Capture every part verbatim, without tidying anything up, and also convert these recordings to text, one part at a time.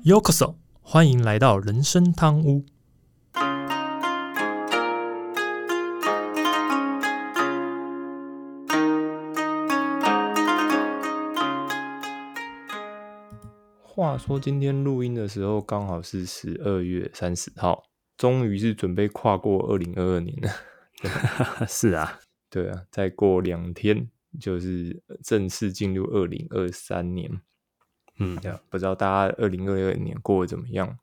Yokoso， 欢迎来到人生汤屋。 话说今天录音的时候刚好是十二月三十号，终于是准备跨过二零二二年了。 是啊， 对啊，再过两天就是正式进入二零二三年。嗯，对啊，不知道大家二零二二年过得怎么样？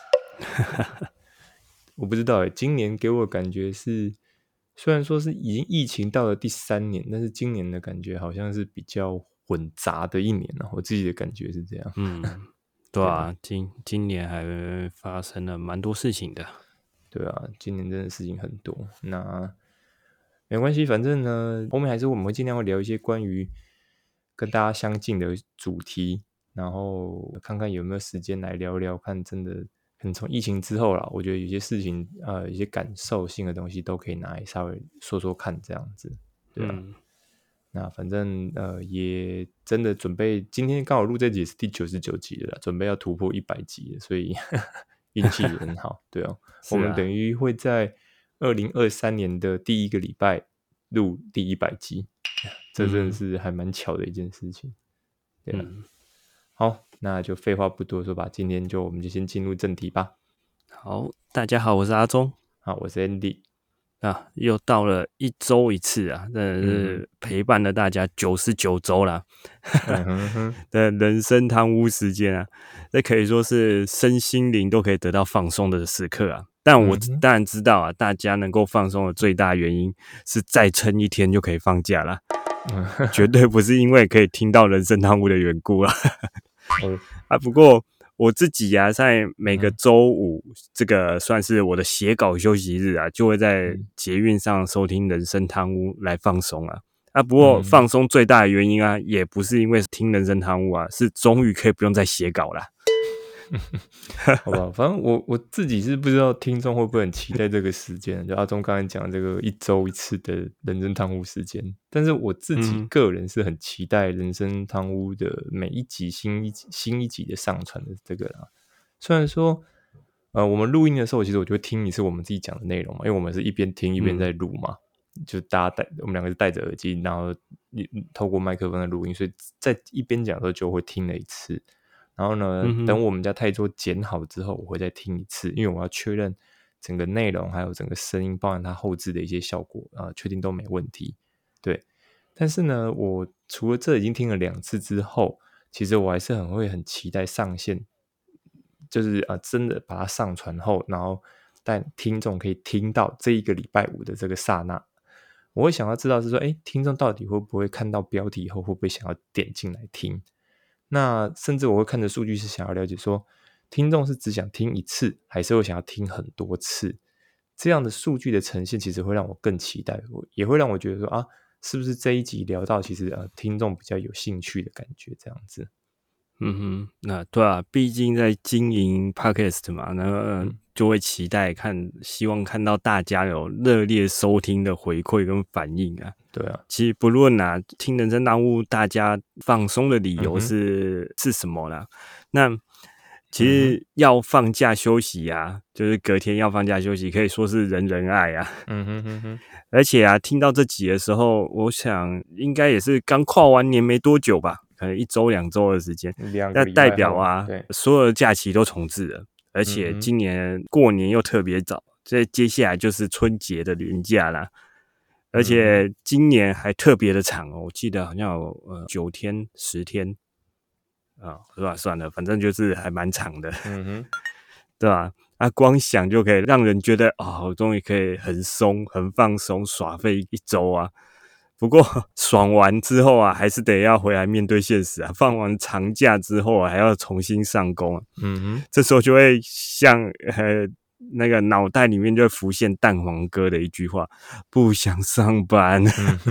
我不知道诶，今年给我的感觉是，虽然说是已经疫情到了第三年，但是今年的感觉好像是比较混杂的一年了。我自己的感觉是这样。 嗯，对啊，今今年还发生了蛮多事情的。 对啊，今年真的事情很多。那没关系，反正呢，后面还是我们会尽量会聊一些关于跟大家相近的主题，然后看看有没有时间来聊聊看。真的，可能从疫情之后啦，我觉得有些事情，呃，一些感受性的东西都可以拿来稍微说说看，这样子，对啊。嗯、那反正呃，也真的准备，今天刚好录这集是第九十九集了啦，准备要突破一百集了，所以运气也很好，对哦、啊。我们等于会在二零二三年的第一个礼拜录第一百集，这真的是还蛮巧的一件事情。对啊，嗯、好，那就废话不多说吧，今天就我们就先进入正题吧。 好，大家好，我是阿忠。 好，我是 Andy。 啊，又到了一周一次啊，真的是陪伴了大家九十九周啦。嗯、的人生汤屋时间啊，这可以说是身心灵都可以得到放松的时刻啊。但我当然知道啊，大家能够放松的最大原因是再撑一天就可以放假啦，绝对不是因为可以听到人生汤屋的缘故啊。啊，不过我自己啊，在每个周五，嗯、这个算是我的写稿休息日啊，就会在捷运上收听人生汤屋来放松啊。啊，不过放松最大的原因啊，也不是因为听人生汤屋啊，是终于可以不用再写稿啦。 好吧，反正我我自己是不知道听众会不会很期待这个时间，就阿忠刚才讲这个一周一次的人生汤屋时间，但是我自己个人是很期待人生汤屋的每一集新一集新一集的上传的这个啦。虽然说，呃，我们录音的时候，其实我就会听一次我们自己讲的内容嘛，因为我们是一边听一边在录嘛，嗯、就大家戴我们两个是戴着耳机，然后透过麦克风的录音，所以在一边讲的时候就会听了一次。然后呢，嗯、等我们家太桌剪好之后，我会再听一次，因为我要确认整个内容还有整个声音，包含它后置的一些效果啊、呃，确定都没问题。对，但是呢，我除了这已经听了两次之后，其实我还是很会很期待上线，就是啊、呃，真的把它上传后，然后但听众可以听到这一个礼拜五的这个刹那，我会想要知道是说，哎，听众到底会不会看到标题后，会不会想要点进来听？那甚至我会看着数据是想要了解说，听众是只想听一次，还是会想要听很多次？这样的数据的呈现，其实会让我更期待，也会让我觉得说啊，是不是这一集聊到其实呃听众比较有兴趣的感觉，这样子。 嗯哼，那对啊，毕竟在经营 Podcast 嘛，那、呃嗯、就会期待看，希望看到大家有热烈收听的回馈跟反应啊。 对啊， 其实不论啊，听人生当务，大家放松的理由是、嗯、是什么啦？那其实要放假休息啊，就是隔天要放假休息，可以说是人人爱啊。 嗯哼哼哼。 而且啊，听到这集的时候，我想应该也是刚跨完年没多久吧，可能一周两周的时间。那代表啊，所有的假期都重置了，而且今年过年又特别早，所以接下来就是春节的连假啦。而且今年还特别的长哦，我记得好像有呃九天十天啊，是吧？算了，反正就是还蛮长的，嗯哼，对吧？啊，光想就可以让人觉得哦，我终于可以很松、很放松、耍废一周啊。不过爽完之后啊，还是得要回来面对现实啊。放完长假之后啊，还要重新上工啊。嗯哼，这时候就会像呃。那个脑袋里面就会浮现蛋黄哥的一句话：不想上班，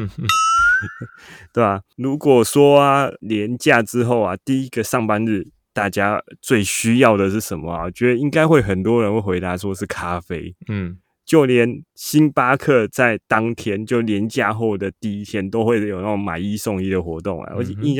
对吧、啊？如果说啊，连假之后啊，第一个上班日，大家最需要的是什么啊？我觉得应该会很多人会回答说是咖啡。嗯，就连星巴克在当天就连假后的第一天都会有那种买一送一的活动啊。而且印象中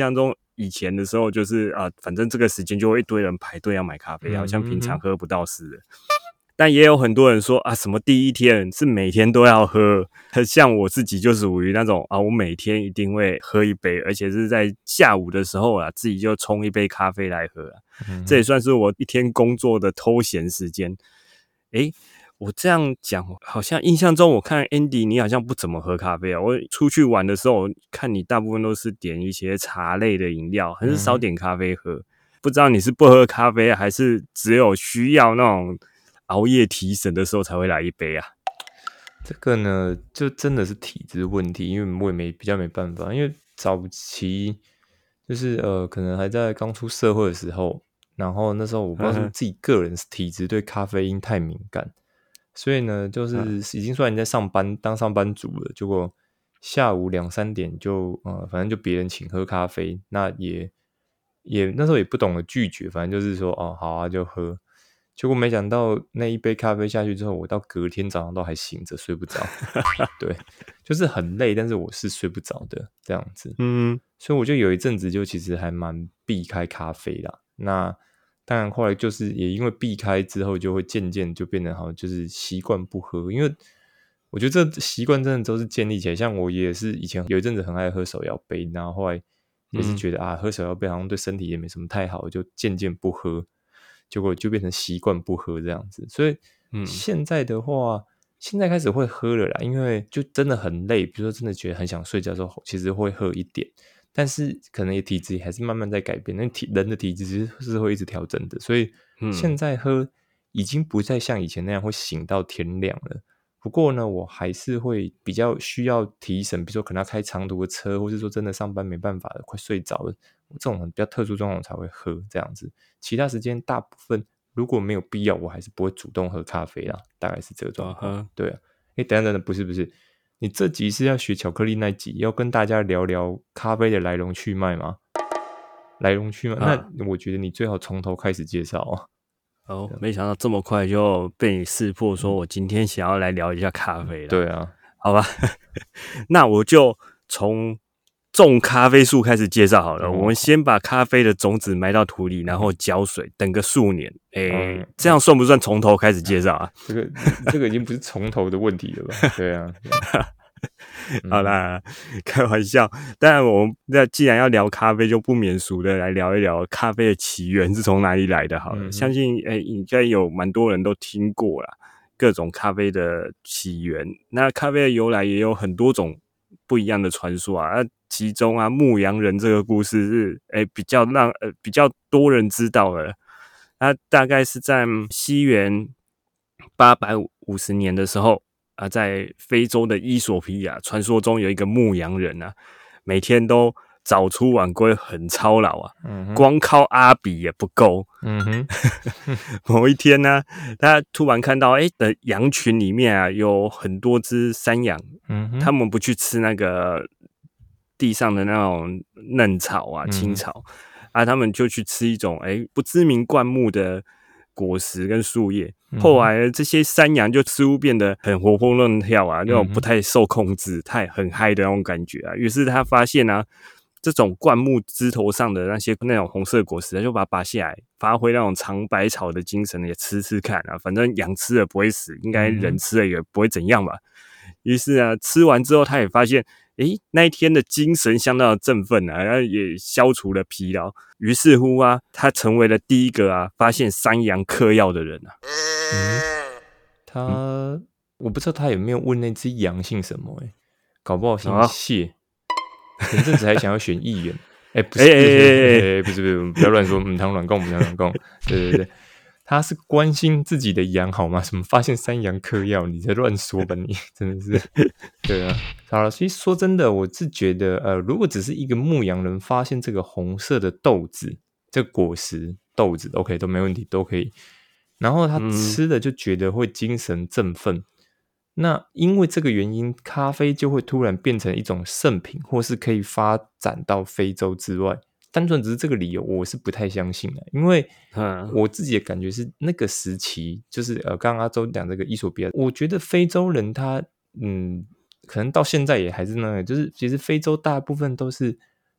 以前的时候就是啊、呃，反正这个时间就会一堆人排队要买咖啡，好像平常喝不到似的。但也有很多人说啊，什么第一天是每天都要喝，像我自己就属于那种啊，我每天一定会喝一杯，而且是在下午的时候啊，自己就冲一杯咖啡来喝啊。嗯、这也算是我一天工作的偷闲时间。诶，我这样讲，好像印象中我看 Andy 你好像不怎么喝咖啡啊。我出去玩的时候，看你大部分都是点一些茶类的饮料，很少点咖啡喝。嗯、不知道你是不喝咖啡，还是只有需要那种熬夜提神的时候才会来一杯啊？ 这个呢，就真的是体质问题，因为我也没比较没办法。因为早期就是呃，可能还在刚出社会的时候，然后那时候我不知道是不是自己个人体质对咖啡因太敏感，所以呢，就是已经算你在上班当上班族了，结果下午两三点就呃，反正就别人请喝咖啡，那也也那时候也不懂得拒绝，反正就是说哦，好啊，就喝。结果没想到那一杯咖啡下去之后，我到隔天早上都还醒着，睡不着。对，就是很累，但是我是睡不着的这样子。嗯，所以我就有一阵子就其实还蛮避开咖啡啦。那当然后来就是也因为避开之后，就会渐渐就变得好像就是习惯不喝，因为我觉得这习惯真的都是建立起来。像我也是以前有一阵子很爱喝手摇杯，然后后来也是觉得、嗯、啊，喝手摇杯好像对身体也没什么太好，就渐渐不喝。结果就变成习惯不喝这样子，所以现在的话、嗯、现在开始会喝了啦，因为就真的很累，比如说真的觉得很想睡觉的时候，其实会喝一点，但是可能也体质还是慢慢在改变，那体人的体质其实是会一直调整的，所以现在喝已经不再像以前那样会醒到天亮了。不过呢，我还是会比较需要提神，比如说可能要开长途的车，或是说真的上班没办法了，快睡着了，这种比较特殊状况才会喝这样子。其他时间大部分如果没有必要，我还是不会主动喝咖啡啦，大概是这个状况。Uh-huh. 对啊，诶，等等等，不是不是，你这集是要学巧克力那集，要跟大家聊聊咖啡的来龙去脉吗？来龙去脉， uh. 那我觉得你最好从头开始介绍啊。 哦，没想到这么快就被你识破，说我今天想要来聊一下咖啡了。 对啊， 好吧，那我就从种咖啡树开始介绍好了。嗯、我们先把咖啡的种子埋到土里，然后浇水，等个数年。诶、欸嗯，这样算不算从头开始介绍啊？ 这个这个已经不是从头的问题了吧？对啊。 好啦，开玩笑。当然，我们那既然要聊咖啡，就不免俗的来聊一聊咖啡的起源是从哪里来的。好了，嗯、相信诶、欸，应该有蛮多人都听过啦，各种咖啡的起源。那咖啡的由来也有很多种不一样的传说啊。那其中啊，牧羊人这个故事是诶、欸、比较让呃比较多人知道的。那大概是在西元八百五十年的时候。啊，在非洲的伊索比亚，传说中有一个牧羊人啊，每天都早出晚归，很操劳啊，嗯、光靠阿比也不够。嗯哼，某一天呢、啊，他突然看到，哎，的羊群里面啊，有很多只山羊，嗯哼，他们不去吃那个地上的那种嫩草啊、青草、嗯、啊，他们就去吃一种哎不知名灌木的果实跟树叶。后来这些山羊就似乎变得很活蹦乱跳啊，那种不太受控制、太很嗨的那种感觉啊。于是他发现啊，这种灌木枝头上的那些那种红色果实，他就把它拔下来，发挥那种尝百草的精神，也吃吃看啊。反正羊吃了不会死，应该人吃了也不会怎样吧。于是啊，吃完之后他也发现，诶，那一天的精神相当的振奋啊，然后也消除了疲劳。于是乎啊，他成为了第一个啊发现山羊嗑药的人啊。 嗯，他、嗯、我不知道他有没有问那只羊姓什么、欸、搞不好姓谢。前阵子还想要选议员，哎、欸，不是，哎、欸欸欸，不是，不是，不要乱说，母汤软供，母汤软供，对对对，他是关心自己的羊好吗？什么发现山羊嗑药，你在乱说吧你，真的是，对啊，好了，其实说真的，我是觉得，呃，如果只是一个牧羊人发现这个红色的豆子，这个果实豆子 ，OK 都没问题，都可以。然后他吃了就觉得会精神振奋、嗯、那因为这个原因咖啡就会突然变成一种圣品，或是可以发展到非洲之外。单纯只是这个理由我是不太相信的，因为我自己的感觉是那个时期就是呃，刚刚阿周讲这个伊索比亚，我觉得非洲人他嗯，可能到现在也还是那个，就是其实非洲大部分都是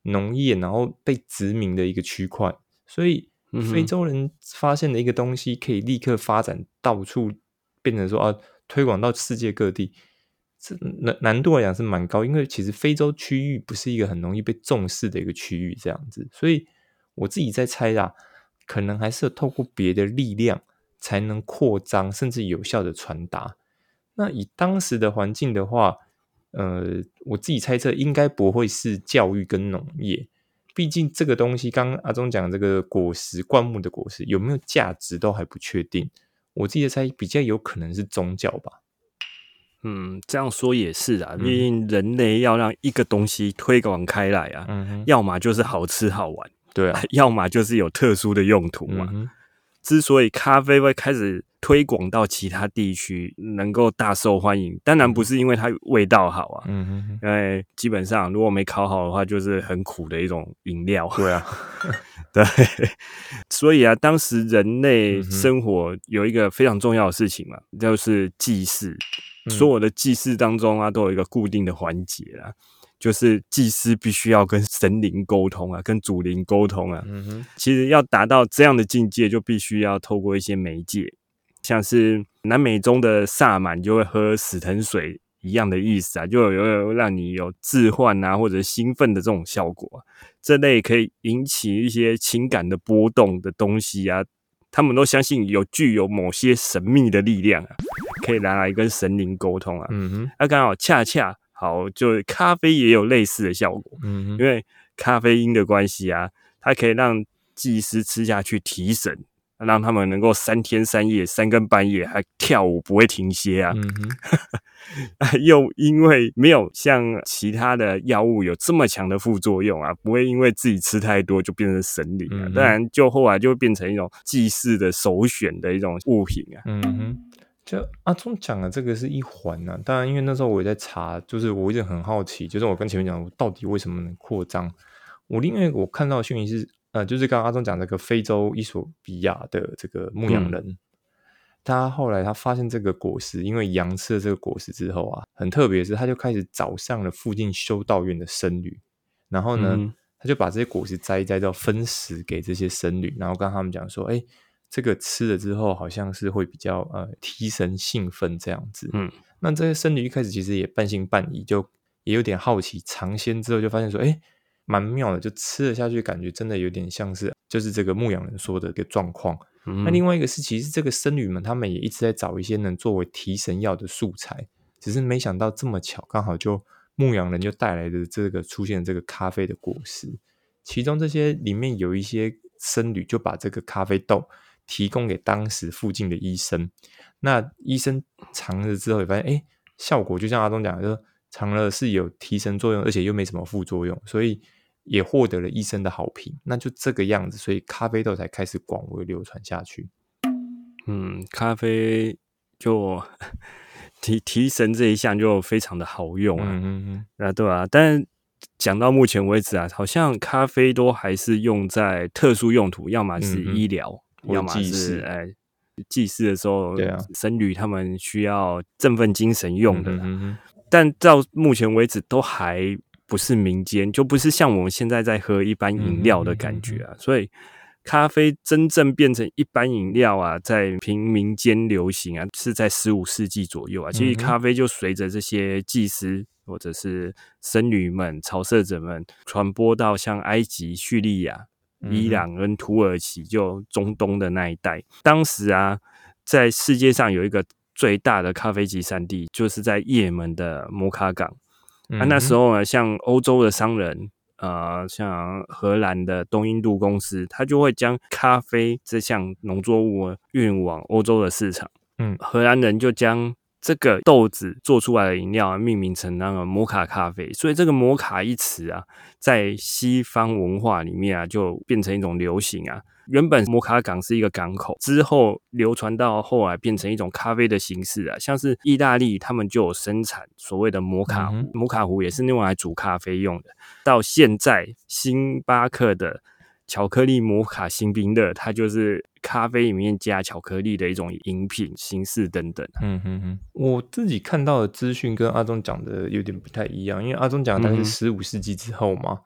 农业然后被殖民的一个区块，所以非洲人发现的一个东西可以立刻发展到处变成说啊，推广到世界各地，这难难度来讲是蛮高，因为其实非洲区域不是一个很容易被重视的一个区域这样子，所以我自己在猜啦，可能还是有透过别的力量才能扩张甚至有效的传达。那以当时的环境的话，呃，我自己猜测应该不会是教育跟农业，毕竟这个东西刚刚阿忠讲这个果实灌木的果实有没有价值都还不确定，我自己的猜比较有可能是宗教吧。 嗯，这样说也是啊，毕竟人类要让一个东西推广开来啊，嗯、要么就是好吃好玩， 对啊， 要么就是有特殊的用途嘛。嗯、之所以咖啡会开始推广到其他地区，能够大受欢迎，当然不是因为它味道好啊，嗯哼，因为基本上如果没烤好的话，就是很苦的一种饮料。 对啊， 对，所以啊，当时人类生活有一个非常重要的事情嘛，就是祭祀。所有的祭祀当中啊，都有一个固定的环节啦，就是祭司必须要跟神灵沟通啊，跟祖灵沟通啊。嗯哼，其实要达到这样的境界，就必须要透过一些媒介，像是南美中的萨满就会喝死藤水一样的意思啊，就有有让你有置换啊或者兴奋的这种效果啊。这类可以引起一些情感的波动的东西啊，他们都相信有具有某些神秘的力量啊。可以拿来跟神灵沟通啊，嗯哼，那刚好恰恰好，就咖啡也有类似的效果，嗯哼，因为咖啡因的关系啊，它可以让祭司吃下去提神，让他们能够三天三夜、三更半夜还跳舞不会停歇啊，嗯哼，又因为没有像其他的药物有这么强的副作用啊，不会因为自己吃太多就变成神灵啊，嗯、当然就后来就会变成一种祭祀的首选的一种物品啊，嗯哼。 就阿忠讲的这个是一环啊，当然因为那时候我也在查，就是我一直很好奇，就是我跟前面讲我到底为什么能扩张，我因为我看到的讯息是呃，就是刚刚阿忠讲这个非洲伊索比亚的这个牧羊人、嗯、他后来他发现这个果实，因为羊吃了这个果实之后啊，很特别的是他就开始找上了附近修道院的僧侣，然后呢、嗯、他就把这些果实摘一摘到分食给这些僧侣，然后跟他们讲说，哎，这个吃了之后好像是会比较呃提神兴奋这样子，嗯，那这些僧侣一开始其实也半信半疑，就也有点好奇，尝鲜之后就发现说，哎，蛮妙的，就吃了下去，感觉真的有点像是就是这个牧羊人说的一个状况。嗯、那另外一个是，其实这个僧侣们他们也一直在找一些能作为提神药的素材，只是没想到这么巧，刚好就牧羊人就带来的这个出现这个咖啡的果实，其中这些里面有一些僧侣就把这个咖啡豆提供给当时附近的医生，那医生尝了之后也发现，哎，效果就像阿忠讲的，就尝了是有提神作用，而且又没什么副作用，所以也获得了医生的好评。那就这个样子，所以咖啡豆才开始广为流传下去。 嗯，咖啡就提提神这一项就非常的好用啊，嗯嗯嗯，啊对啊，但讲到目前为止啊，好像咖啡都还是用在特殊用途，要么是医疗。嗯要么是哎，祭祀的时候，对啊，僧侣他们需要振奋精神用的，嗯哼哼，但到目前为止都还不是民间，就不是像我们现在在喝一般饮料的感觉啊，嗯哼哼哼，所以咖啡真正变成一般饮料啊，在平民间流行啊，是在十五世纪左右啊。其实咖啡就随着这些祭司或者是僧侣们、朝圣者们传播到像埃及、叙利亚。伊朗跟土耳其就中东的那一带，当时啊，在世界上有一个最大的咖啡集散地，就是在也门的摩卡港。嗯、啊，那时候呢，像欧洲的商人，呃，像荷兰的东印度公司，他就会将咖啡这项农作物运往欧洲的市场。嗯，荷兰人就将这个豆子做出来的饮料命名成那个摩卡咖啡，所以这个摩卡一词啊，在西方文化里面啊，就变成一种流行啊。原本摩卡港是一个港口，之后流传到后来变成一种咖啡的形式啊，像是意大利他们就有生产所谓的摩卡壶，嗯、摩卡壶也是用来煮咖啡用的。到现在，星巴克的巧克力摩卡星冰乐，它就是咖啡里面加巧克力的一种饮品形式等等。 嗯哼哼，我自己看到的资讯跟阿忠讲的有点不太一样，因为阿忠讲的是十五世纪之后嘛，嗯、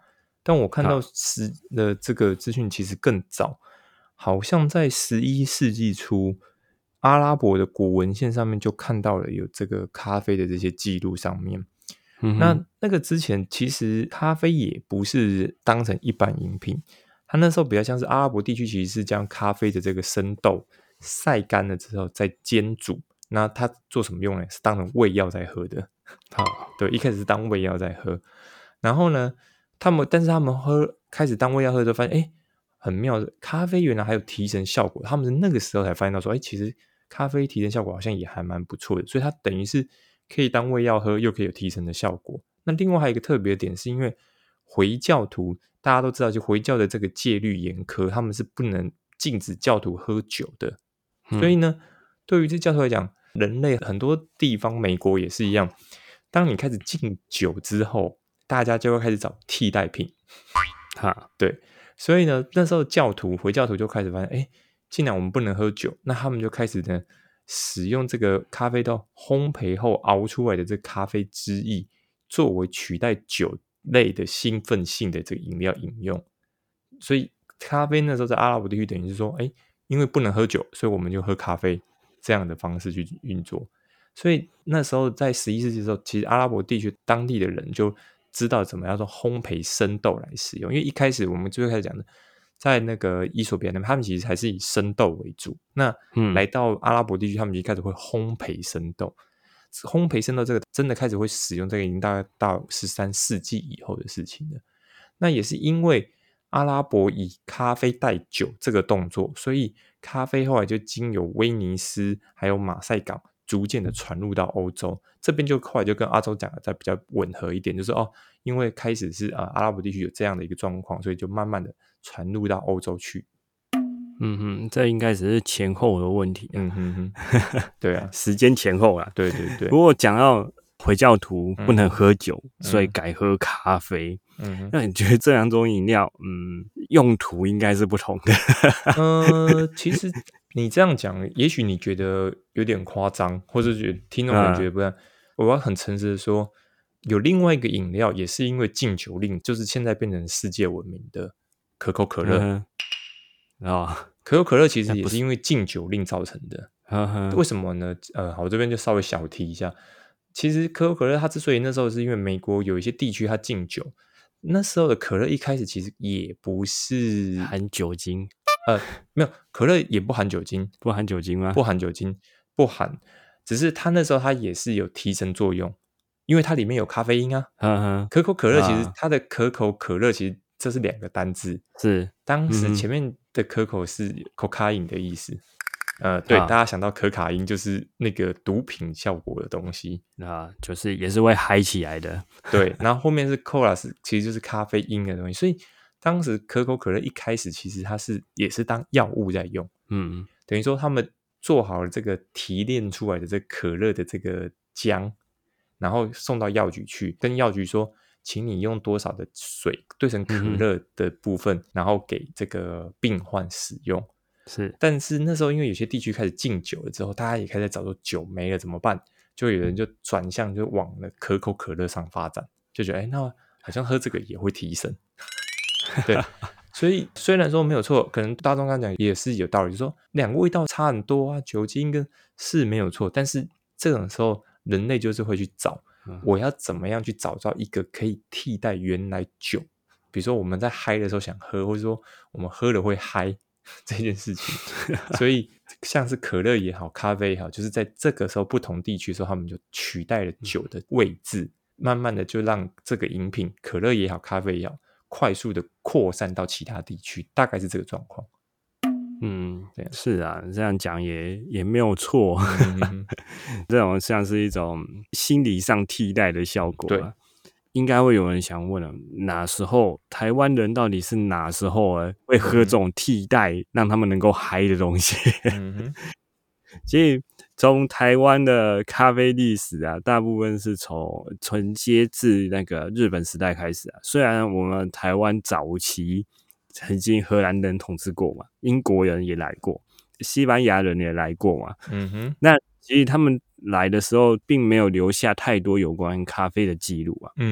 但我看到十的这个资讯其实更早，好像在十一世纪初，阿拉伯的古文献上面就看到了有这个咖啡的这些记录上面。嗯、那那个之前其实咖啡也不是当成一般饮品，它那时候比较像是阿拉伯地区其实是将咖啡的这个生豆晒干了之后再煎煮。那它做什么用呢？是当成胃药在喝的。好，对，一开始是当胃药在喝，然后呢，他们但是他们喝开始当胃药喝的时候，发现哎，很妙的，咖啡原来还有提神效果。他们是那个时候才发现到说，哎，其实咖啡提神效果好像也还蛮不错的，所以它等于是可以当胃药喝，又可以有提神的效果。那另外还有一个特别的点，是因为回教徒大家都知道，就回教的这个戒律严苛，他们是不能禁止教徒喝酒的，嗯、所以呢，对于这教徒来讲，人类很多地方，美国也是一样。当你开始禁酒之后，大家就会开始找替代品。哈，对，所以呢，那时候教徒回教徒就开始发现，哎，既然我们不能喝酒，那他们就开始呢使用这个咖啡豆烘焙后熬出来的这个咖啡汁液，作为取代酒类的兴奋性的这个饮料饮用。所以咖啡那时候在阿拉伯地区等于是说，哎，因为不能喝酒，所以我们就喝咖啡。这样的方式去运作，所以那时候在十一世纪的时候，其实阿拉伯地区当地的人就知道怎么样做烘焙生豆来使用。因为一开始我们最开始讲的，在那个伊索比亚那边，他们其实还是以生豆为主。那来到阿拉伯地区，他们就开始会烘焙生豆。烘焙生豆这个真的开始会使用，这个已经大概到十三世纪以后的事情了。那也是因为阿拉伯以咖啡代酒这个动作，所以咖啡后来就经由威尼斯还有马赛港逐渐的传入到欧洲。这边就后来就跟阿周讲的再比较吻合一点，就是哦，因为开始是、呃、阿拉伯地区有这样的一个状况，所以就慢慢的传入到欧洲去。 嗯哼，这应该只是前后的问题、啊。 嗯哼哼，对啊， 时间前后啊。 对对对。 不过讲到回教徒不能喝酒，嗯、所以改喝咖啡。嗯，那你觉得这两种饮料，嗯，用途应该是不同的？ 呃，其实你这样讲，也许你觉得有点夸张，或者觉得听众人觉得不然。嗯、我要很诚实的说，有另外一个饮料也是因为禁酒令，就是现在变成世界闻名的可口可乐。啊、嗯哦，可口可乐其实也是因为禁酒令造成的。嗯、为什么呢？呃，好，我这边就稍微小提一下。其实可口可乐它之所以那时候是因为美国有一些地区它禁酒，那时候的可乐一开始其实也不是含酒精， 呃，没有，可乐也不含酒精， 不含酒精吗？ 不含酒精，不含，只是它那时候它也是有提神作用，因为它里面有咖啡因啊。呵呵，可口可乐其实它的可口可乐其实这是两个单字， 是当时前面的可口是 cocaine 的意思。呃，对、啊，大家想到可卡因就是那个毒品效果的东西啊，就是也是会嗨起来的。 对，然后后面是 cola， 是其实就是咖啡因的东西，所以当时可口可乐一开始其实它是也是当药物在用，嗯，等于说他们做好了这个提炼出来的这可乐的这个浆，然后送到药局去，跟药局说，请你用多少的水兑成可乐的部分，嗯、然后给这个病患使用。 是， 但是那时候因为有些地区开始禁酒了之后，大家也开始找说酒没了怎么办，就有人就转向就往了可口可乐上发展，就觉得哎，那好像喝这个也会提神。对，所以虽然说没有错，可能大众刚讲也是有道理，就是说两个味道差很多啊，酒精跟是没有错，但是这种时候人类就是会去找，我要怎么样去找到一个可以替代原来酒，比如说我们在嗨的时候想喝，或者说我们喝了会嗨这件事情。所以像是可乐也好，咖啡也好，就是在这个时候不同地区的时候，他们就取代了酒的位置，慢慢的就让这个饮品可乐也好，咖啡也好，快速的扩散到其他地区，大概是这个状况。 嗯，是啊，这样讲也也没有错。嗯、这种像是一种心理上替代的效果、啊。对，应该会有人想问了，哪时候台湾人到底是哪时候啊会喝这种替代、嗯、让他们能够嗨的东西？嗯、所以从台湾的咖啡历史啊，大部分是从承接自那个日本时代开始啊。虽然我们台湾早期曾经荷兰人统治过嘛，英国人也来过，西班牙人也来过嘛。嗯哼，那其实他们来的时候并没有留下太多有关咖啡的记录啊。嗯，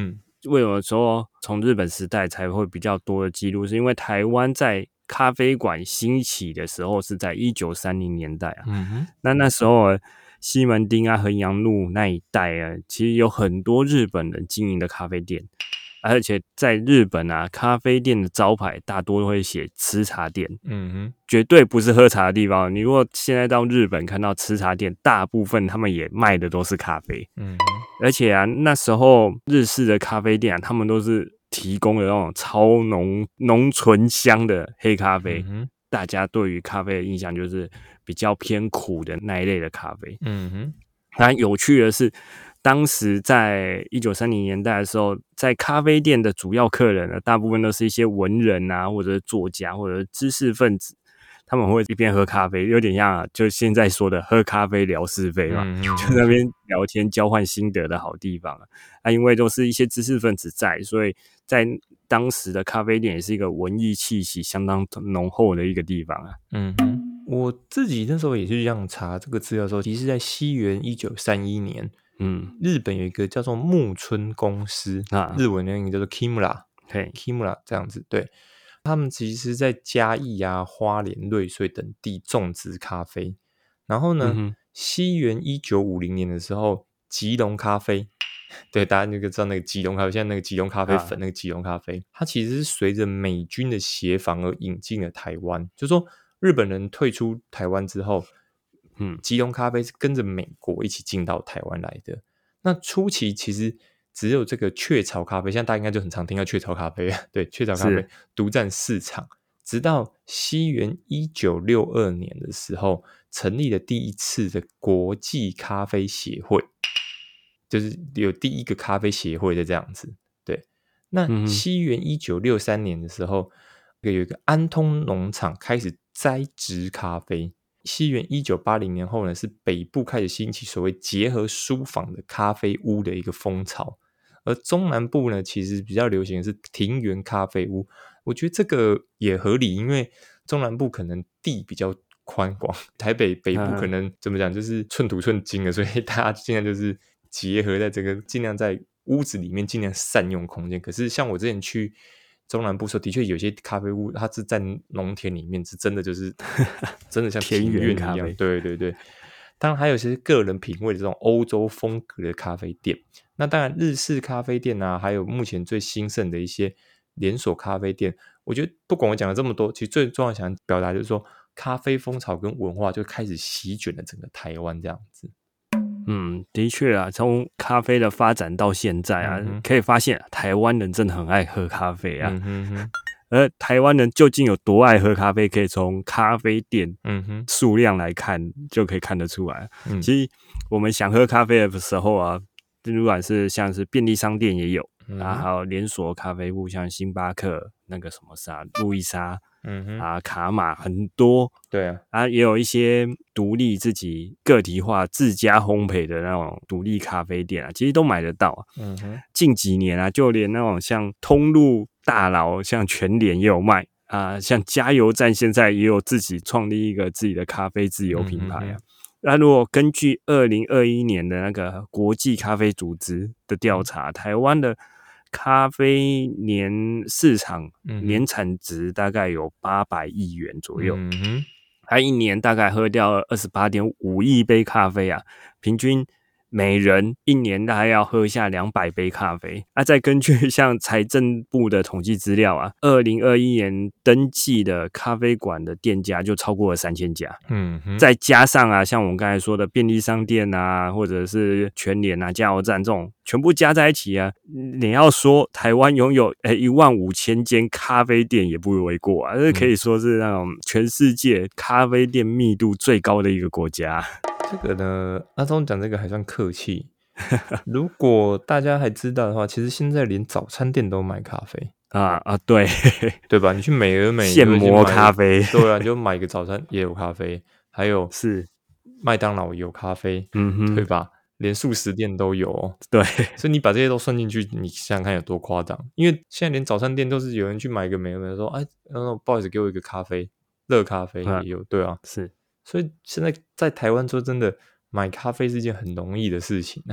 为什么说从日本时代才会比较多的记录，是因为台湾在咖啡馆兴起的时候是在一九三零年代啊。嗯哼，那那时候西门町啊、衡阳路那一带啊，其实有很多日本人经营的咖啡店。而且在日本啊，咖啡店的招牌大多都会写吃茶店，嗯哼，绝对不是喝茶的地方。你如果现在到日本看到吃茶店，大部分他们也卖的都是咖啡，嗯哼，而且啊，那时候日式的咖啡店啊，他们都是提供的那种超浓浓醇香的黑咖啡，嗯哼，大家对于咖啡的印象就是比较偏苦的那一类的咖啡，嗯哼。那有趣的是，当时在一九三零年代的时候，在咖啡店的主要客人呢，大部分都是一些文人啊，或者是作家，或者是知识分子。他们会一边喝咖啡，有点像、啊、就现在说的喝咖啡聊是非嘛，嗯、就那边聊天交换心得的好地方啊。啊，因为都是一些知识分子在，所以在当时的咖啡店也是一个文艺气息相当浓厚的一个地方啊。 嗯哼。我自己那时候也是这样查这个资料的时候，其实在西元一九三一年，嗯，日本有一个叫做木村公司啊，日文那个叫做 Kimura， 对 ，Kimura 这样子，对，他们其实在嘉义啊、花莲、瑞穗等地种植咖啡，然后呢，嗯、西元一九五零年的时候，吉隆咖啡。对，大家那个知道那个吉隆咖啡，现在那个吉隆咖啡粉，啊、那个吉隆咖啡，它其实是随着美军的协防而引进了台湾，就是说日本人退出台湾之后，嗯，吉隆咖啡是跟着美国一起进到台湾来的。那初期其实只有这个雀巢咖啡，现在大家应该就很常听到雀巢咖啡，对，雀巢咖啡独占市场，直到西元一九六二年的时候，成立了第一次的国际咖啡协会。就是有第一个咖啡协会的这样子，对。那西元一九六三年的时候，有一个安通农场开始栽植咖啡。西元一九八零年后呢，是北部开始兴起所谓结合书房的咖啡屋的一个风潮，而中南部呢，其实比较流行的是庭园咖啡屋。我觉得这个也合理，因为中南部可能地比较宽广，台北北部可能怎么讲，就是寸土寸金的，所以大家现在就是结合在这个尽量在屋子里面尽量善用空间。可是像我之前去中南部的时候，的确有些咖啡屋它是在农田里面，是真的就是真的像庭院一样。对对对，当然还有些个人品味的这种欧洲风格的咖啡店。那当然日式咖啡店啊，还有目前最兴盛的一些连锁咖啡店，我觉得不管我讲了这么多，其实最重要想表达就是说，咖啡风潮跟文化就开始席卷了整个台湾这样子。 嗯，的确啊，从咖啡的发展到现在啊，嗯、可以发现台湾人真的很爱喝咖啡啊。嗯哼哼，而台湾人究竟有多爱喝咖啡，可以从咖啡店数量来看，就可以看得出来。嗯、其实我们想喝咖啡的时候啊，不管是像是便利商店也有，嗯、啊，还有连锁咖啡屋，像星巴克、那个什么啥、路易莎。嗯哼啊，卡玛很多， 对啊， 啊也有一些独立自己个体化自家烘焙的那种独立咖啡店啊，其实都买得到啊。嗯哼，近几年啊，就连那种像通路大佬，像全联也有卖啊，像加油站现在也有自己创立一个自己的咖啡自有品牌啊。那、嗯、如果根据二零二一年的那个国际咖啡组织的调查，嗯、台湾的咖啡年市场年产值大概有八百亿元左右，嗯哼，他一年大概喝掉二十八点五亿杯咖啡啊，平均每人一年大概要喝下两百杯咖啡。那、啊、再根据像财政部的统计资料啊，二零二一年登记的咖啡馆的店家就超过了三千家。嗯哼，再加上啊，像我们刚才说的便利商店啊，或者是全联啊、加油站这种，全部加在一起啊，你要说台湾拥有诶一万五千间咖啡店也不为过啊，这可以说是那种全世界咖啡店密度最高的一个国家。 这个呢，阿忠讲这个还算客气。如果大家还知道的话，其实现在连早餐店都卖咖啡啊啊，对对吧？你去美而美现磨咖啡， 对啊，你就买个早餐也有咖啡，还有是麦当劳有咖啡，嗯哼，对吧？连素食店都有、哦， 对， 所以你把这些都算进去，你想想看有多夸张？因为现在连早餐店都是有人去买个美而美，说哎，呃，不好意思，给我一个咖啡，热咖啡也有，啊对啊， 是。 所以现在在台湾说真的，买咖啡是一件很容易的事情啊。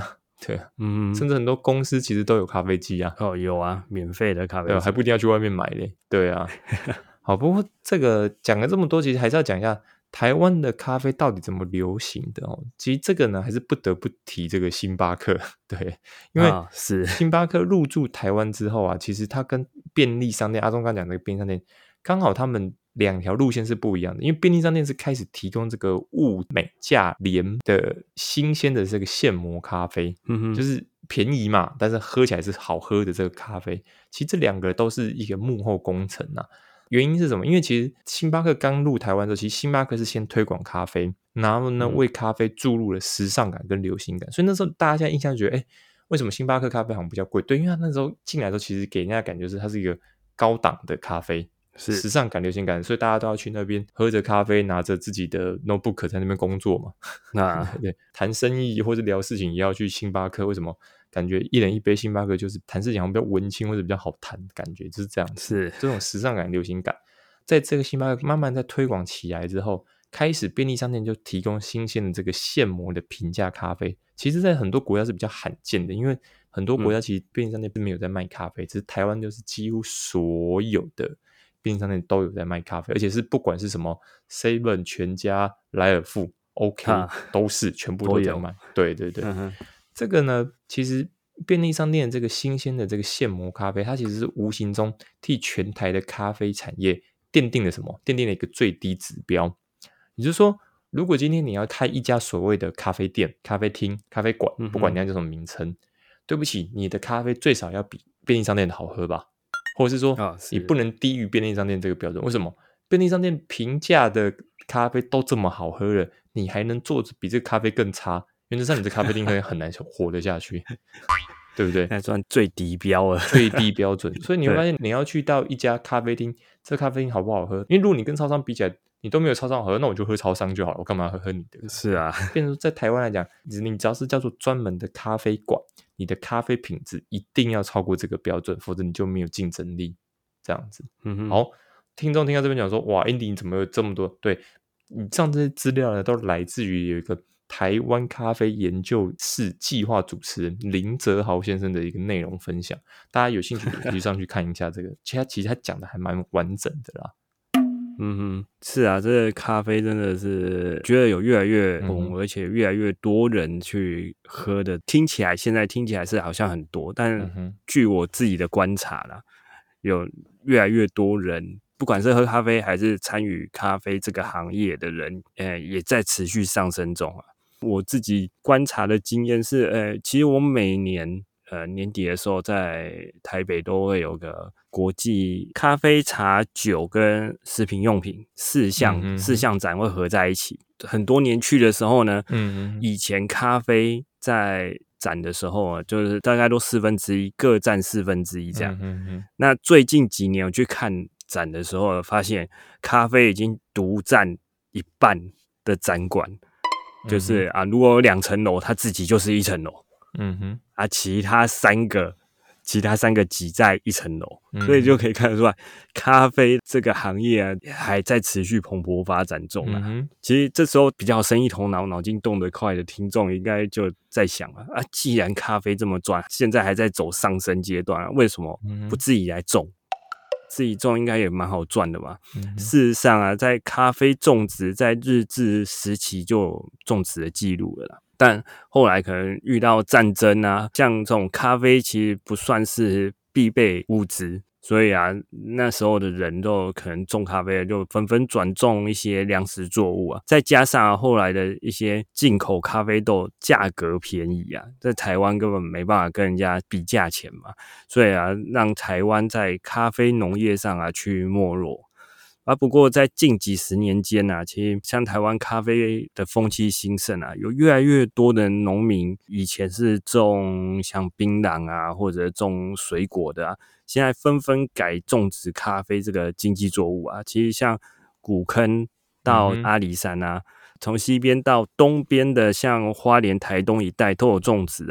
对，嗯，甚至很多公司其实都有咖啡机啊。 哦，有啊，免费的咖啡机， 对，还不一定要去外面买嘞。对啊，好，不过这个讲了这么多，其实还是要讲一下台湾的咖啡到底怎么流行的哦。其实这个呢，还是不得不提这个星巴克。对，因为是星巴克入驻台湾之后啊，其实它跟便利商店，阿忠刚讲的便利商店，刚好他们两条路线是不一样的。因为便利商店是开始提供这个物美价廉的新鲜的这个现磨咖啡，嗯哼，就是便宜嘛，但是喝起来是好喝的这个咖啡。其实这两个都是一个幕后工程啊。原因是什么？因为其实星巴克刚入台湾的时候，其实星巴克是先推广咖啡，然后呢为咖啡注入了时尚感跟流行感。所以那时候大家现在印象觉得，哎，为什么星巴克咖啡好像比较贵？对，因为它那时候进来的时候，其实给人家的感觉是它是一个高档的咖啡，是时尚感、流行感，所以大家都要去那边喝着咖啡，拿着自己的 notebook 在那边工作嘛。那对，谈生意或者聊事情也要去星巴克。为什么？感觉一人一杯星巴克就是谈事情好像比较文青或者比较好谈的感觉，就是这样子。是这种时尚感、流行感，在这个星巴克慢慢在推广起来之后，开始便利商店就提供新鲜的这个现磨的平价咖啡。其实在很多国家是比较罕见的，因为很多国家其实便利商店并没有在卖咖啡，嗯、只是台湾就是几乎所有的便利商店都有在卖咖啡，而且是不管是什么 seven、全家、莱尔富、OK、啊、都是全部都在卖。对对对。嗯，这个呢，其实便利商店这个新鲜的这个现磨咖啡，它其实是无形中替全台的咖啡产业奠定了什么？奠定了一个最低指标。也就是说，如果今天你要开一家所谓的咖啡店、咖啡厅、咖啡馆，不管你要叫什么名称，嗯、对不起，你的咖啡最少要比便利商店的好喝吧？或者是说，哦、是你不能低于便利商店这个标准。为什么？便利商店平价的咖啡都这么好喝了，你还能做比这个咖啡更差？原则上，你这咖啡厅可能很难活得下去，对不对？ 那算最低标了， 最低标准。所以你会发现，你要去到一家咖啡厅，这咖啡厅好不好喝？因为如果你跟超商比起来，你都没有超商好喝，那我就喝超商就好了，我干嘛喝喝你的？ 是啊， 变成在台湾来讲，你只要是叫做专门的咖啡馆，你的咖啡品质一定要超过这个标准，否则你就没有竞争力。这样子，嗯哼，好，听众听到这边讲说，哇 ，Andy 你怎么有这么多？对，以上这些资料呢，都来自于有一个台湾咖啡研究室计划主持人林哲豪先生的一个内容分享，大家有兴趣可以上去看一下这个，其实他其实他讲的还蛮完整的啦。 嗯哼，是啊，这个咖啡真的是觉得有越来越红，嗯、而且越来越多人去喝的。听起来现在听起来是好像很多，但据我自己的观察啦，有越来越多人，不管是喝咖啡还是参与咖啡这个行业的人，呃，也在持续上升中啊。我自己观察的经验是，呃，其实我每年呃年底的时候，在台北都会有个国际咖啡、茶、酒跟食品用品四项、嗯、四项展会合在一起。很多年去的时候呢，嗯、以前咖啡在展的时候啊，就是大概都四分之一，各占四分之一这样。嗯嗯、那最近几年我去看展的时候，发现咖啡已经独占一半的展馆。就是啊，如果有两层楼，它自己就是一层楼，嗯哼，啊，其他三个，其他三个挤在一层楼，嗯、所以就可以看得出来，咖啡这个行业啊，还在持续蓬勃发展中啊。嗯、其实这时候比较生意头脑、脑筋动得快的听众，应该就在想啊，啊，既然咖啡这么赚，现在还在走上升阶段啊，为什么不自己来种？自己种应该也蛮好赚的吧、嗯、事实上啊，在咖啡种植在日治时期就有种植的记录了啦，但后来可能遇到战争啊，像这种咖啡其实不算是必备物资，所以啊，那时候的人都可能种咖啡就纷纷转种一些粮食作物啊，再加上、啊、后来的一些进口咖啡豆价格便宜啊，在台湾根本没办法跟人家比价钱嘛，所以啊，让台湾在咖啡农业上啊趋于没落。啊，不过在近几十年间啊，其实像台湾咖啡的风气兴盛啊，有越来越多的农民以前是种像槟榔啊或者种水果的啊，现在纷纷改种植咖啡这个经济作物啊。其实像古坑到阿里山啊，从、嗯、西边到东边的像花莲、台东一带都有种植啊。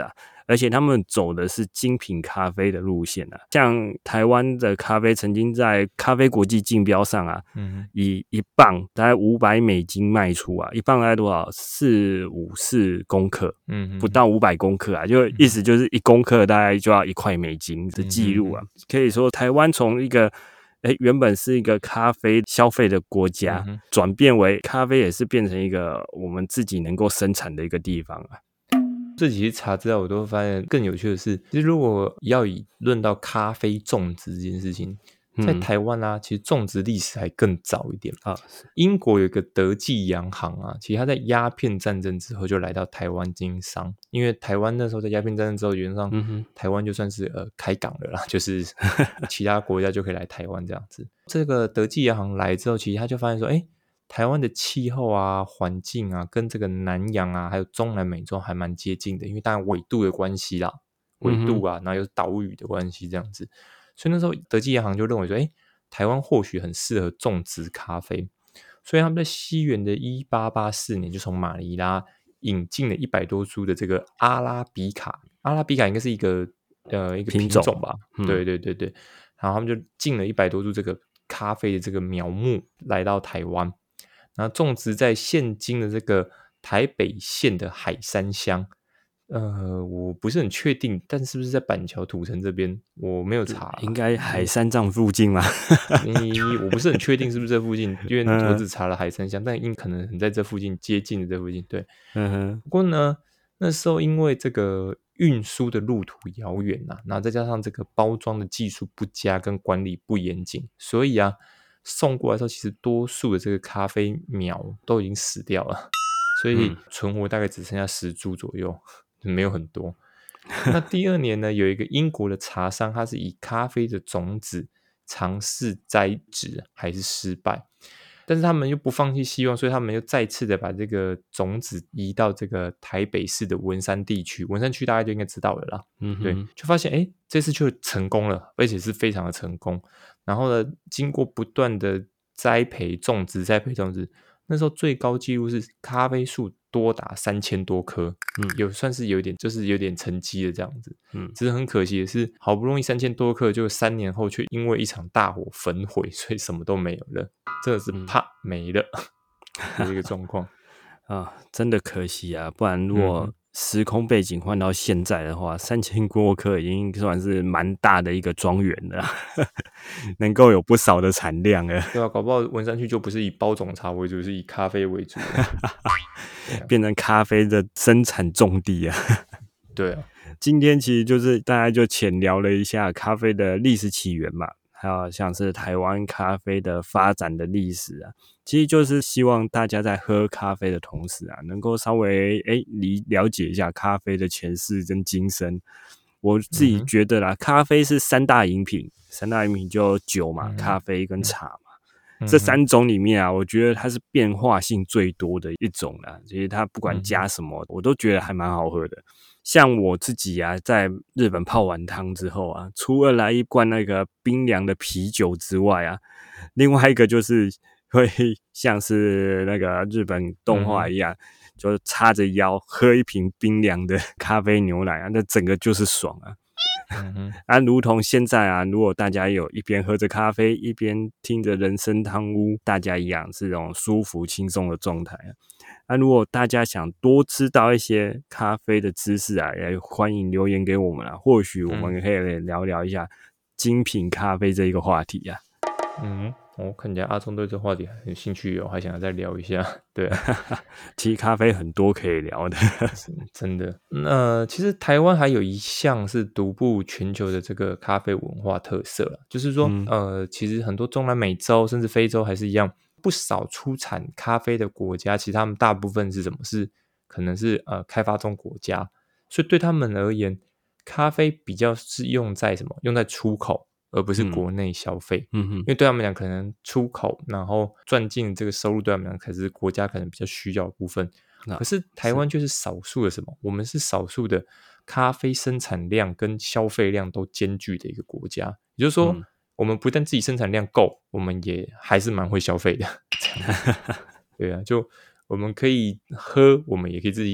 而且他们走的是精品咖啡的路线啊。像台湾的咖啡曾经在咖啡国际竞标上啊，嗯、以一磅大概五百美金卖出啊，一磅大概多少？四五四公克，嗯，不到五百公克啊，就意思就是一公克大概就要一块美金的记录啊。可以说台湾从一个诶，原本是一个咖啡消费的国家，嗯、转变为咖啡也是变成一个我们自己能够生产的一个地方啊。 这几次查资料，我都发现更有趣的是，其实如果要以论到咖啡种植这件事情，在台湾啊，其实种植历史还更早一点啊。英国有一个德记洋行啊，其实他在鸦片战争之后就来到台湾经商，因为台湾那时候在鸦片战争之后，原则上、嗯、台湾就算是呃开港了啦，就是其他国家就可以来台湾这样子。这个德记洋行来之后，其实他就发现说，哎，台湾的气候啊、环境啊，跟这个南洋啊，还有中南美洲还蛮接近的，因为当然纬度的关系啦，纬度啊，然后又是岛屿的关系这样子。所以那时候德记洋行就认为说，哎，台湾或许很适合种植咖啡，所以他们在西元的一八八四年就从马尼拉引进了一百多株的这个阿拉比卡，阿拉比卡应该是一个呃一个品种吧，嗯、对对对对，然后他们就进了一百多株这个咖啡的这个苗木来到台湾，然后种植在现今的这个台北县的海山乡。呃，我不是很确定，但是不是在板桥土城这边？我没有查， 应该海山站附近嘛。 我不是很确定是不是这附近，因为我只查了海山乡，但应可能很在这附近，接近的这附近。对，嗯哼。不过呢，那时候因为这个运输的路途遥远啊，然后再加上这个包装的技术不佳跟管理不严谨，所以啊，送过来的时候，其实多数的这个咖啡苗都已经死掉了，所以存活大概只剩下十株左右。没有很多。那第二年呢，有一个英国的茶商，他是以咖啡的种子尝试栽植，还是失败，但是他们又不放弃希望，所以他们又再次的把这个种子移到这个台北市的文山地区，文山区大家就应该知道了啦。嗯，对，就发现哎，这次就成功了，而且是非常的成功。然后呢，经过不断的栽培种植，栽培种植。那时候最高纪录是咖啡树多达三千多棵，嗯，有算是有点就是有点成绩的这样子，嗯，只是很可惜的是，好不容易三千多棵，就三年后却因为一场大火焚毁，所以什么都没有了，真的是啪没了，这是一个状况啊，真的可惜啊，不然如果时空背景换到现在的话，三千多棵已经算是蛮大的一个庄园了，能够有不少的产量了。 对啊，搞不好文山区就不是以包种茶为主，是以咖啡为主， 变成咖啡的生产重地啊。 对啊， 今天其实就是大家就浅聊了一下咖啡的历史起源嘛，还有像是台湾咖啡的发展的历史啊。其实就是希望大家在喝咖啡的同时啊，能够稍微诶理了解一下咖啡的前世跟今生。我自己觉得啦，嗯、咖啡是三大饮品，三大饮品就酒嘛、嗯、咖啡跟茶嘛、嗯。这三种里面啊，我觉得它是变化性最多的一种啦。其实它不管加什么，嗯、我都觉得还蛮好喝的。像我自己啊，在日本泡完汤之后啊，除了来一罐那个冰凉的啤酒之外啊，另外一个就是会像是那个日本动画一样，嗯、就叉着腰喝一瓶冰凉的咖啡牛奶啊，那整个就是爽啊！嗯、啊，如同现在啊，如果大家有一边喝着咖啡，一边听着人生汤屋，大家一样是这种舒服轻松的状态啊。那、啊、如果大家想多知道一些咖啡的知识啊，也欢迎留言给我们啊，或许我们可以聊聊一下精品咖啡这一个话题啊。 嗯，我看起来阿忠对这话题很有兴趣哦，还想要再聊一下。对啊， 其实咖啡很多可以聊的， 真的。那其实台湾还有一项是独步全球的这个咖啡文化特色了，就是说，嗯、呃，其实很多中南美洲甚至非洲还是一样。不少出产咖啡的国家，其实他们大部分是什么？是可能是呃开发中国家，所以对他们而言，咖啡比较是用在什么？用在出口，而不是国内消费。嗯哼，因为对他们讲，可能出口然后赚进这个收入，对他们讲，可是国家可能比较需要的部分。啊、可是台湾却是少数的什么？我们是少数的咖啡生产量跟消费量都兼具的一个国家，也就是说。嗯我们不但自己生产量够，我们也还是蛮会消费的。对啊，就我们可以喝，我们也可以自己产，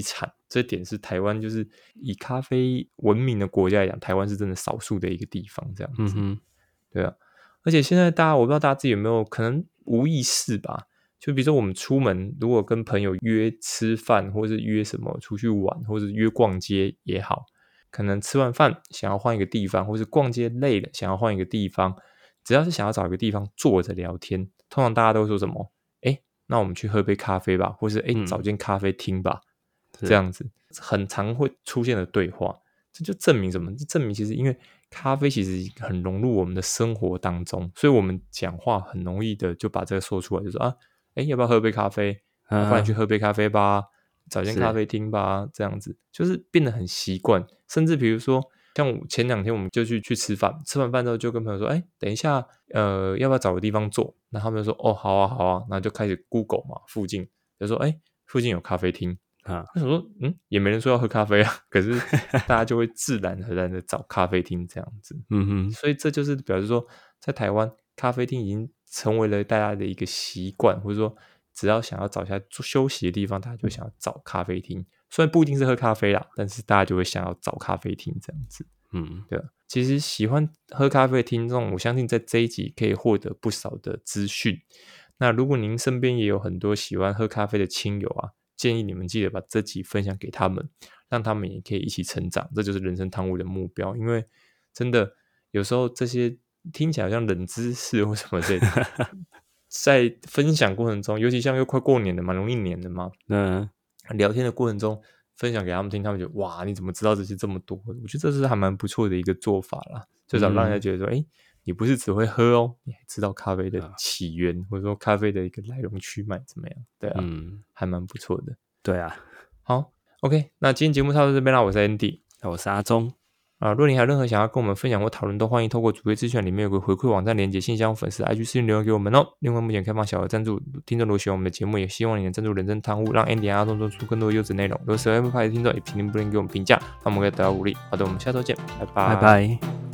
这点是台湾就是以咖啡闻名的国家来讲，台湾是真的少数的一个地方这样子。嗯哼，对啊。而且现在大家，我不知道大家自己有没有可能无意识吧，就比如说我们出门，如果跟朋友约吃饭，或是约什么出去玩，或是约逛街也好，可能吃完饭想要换一个地方，或是逛街累了想要换一个地方，只要是想要找一个地方坐着聊天，通常大家都会说什么？哎，那我们去喝杯咖啡吧，或是哎找间咖啡厅吧，嗯、这样子很常会出现的对话。这就证明什么？这证明其实因为咖啡其实很融入我们的生活当中，所以我们讲话很容易的就把这个说出来，就说啊，哎，要不要喝杯咖啡？啊，不然去喝杯咖啡吧，找间咖啡厅吧，这样子就是变得很习惯。甚至比如说，像前两天我们就去去吃饭，吃完饭之后就跟朋友说，哎，等一下，呃，要不要找个地方坐？那他们就说，哦，好啊，好啊，然后就开始 Google 嘛，附近就说，哎，附近有咖啡厅。啊，我想说，嗯，也没人说要喝咖啡啊，可是大家就会自然而然的找咖啡厅这样子，嗯哼，所以这就是表示说，在台湾咖啡厅已经成为了大家的一个习惯，或者说只要想要找一下休息的地方，大家就想要找咖啡厅，虽然不一定是喝咖啡啦，但是大家就会想要找咖啡厅这样子，嗯，对啊，其实喜欢喝咖啡的听众，我相信在这一集可以获得不少的资讯。那如果您身边也有很多喜欢喝咖啡的亲友啊，建议你们记得把这集分享给他们，让他们也可以一起成长，这就是人生汤屋的目标。因为真的有时候这些听起来像冷知识或什么之类的，在分享过程中，尤其像又快过年了嘛，农历年了嘛，嗯，聊天的过程中分享给他们听，他们觉得哇，你怎么知道这些这么多？我觉得这是还蛮不错的一个做法啦，至少让人家觉得说，哎、嗯。你不是只会喝哦，你还知道咖啡的起源，啊、或者说咖啡的一个来龙去脉怎么样？对啊，嗯，还蛮不错的。 对啊， 好 ，OK， 那今天节目差不多这边啦，我是 Andy， 我是阿忠啊。如果你还有任何想要跟我们分享或讨论，都欢迎透过主页资讯里面有个回馈网站连结，信箱粉丝 I G 私讯留言给我们哦。另外，目前开放小额赞助，听众如果喜欢我们的节目，也希望你能赞助人生汤屋，让 Andy 和阿忠做出更多优质内容。如果喜欢 Apple Podcast 的听众，也请您不吝给我们评价，让我们可以得到鼓励。好的，我们下周见，拜拜， 拜拜。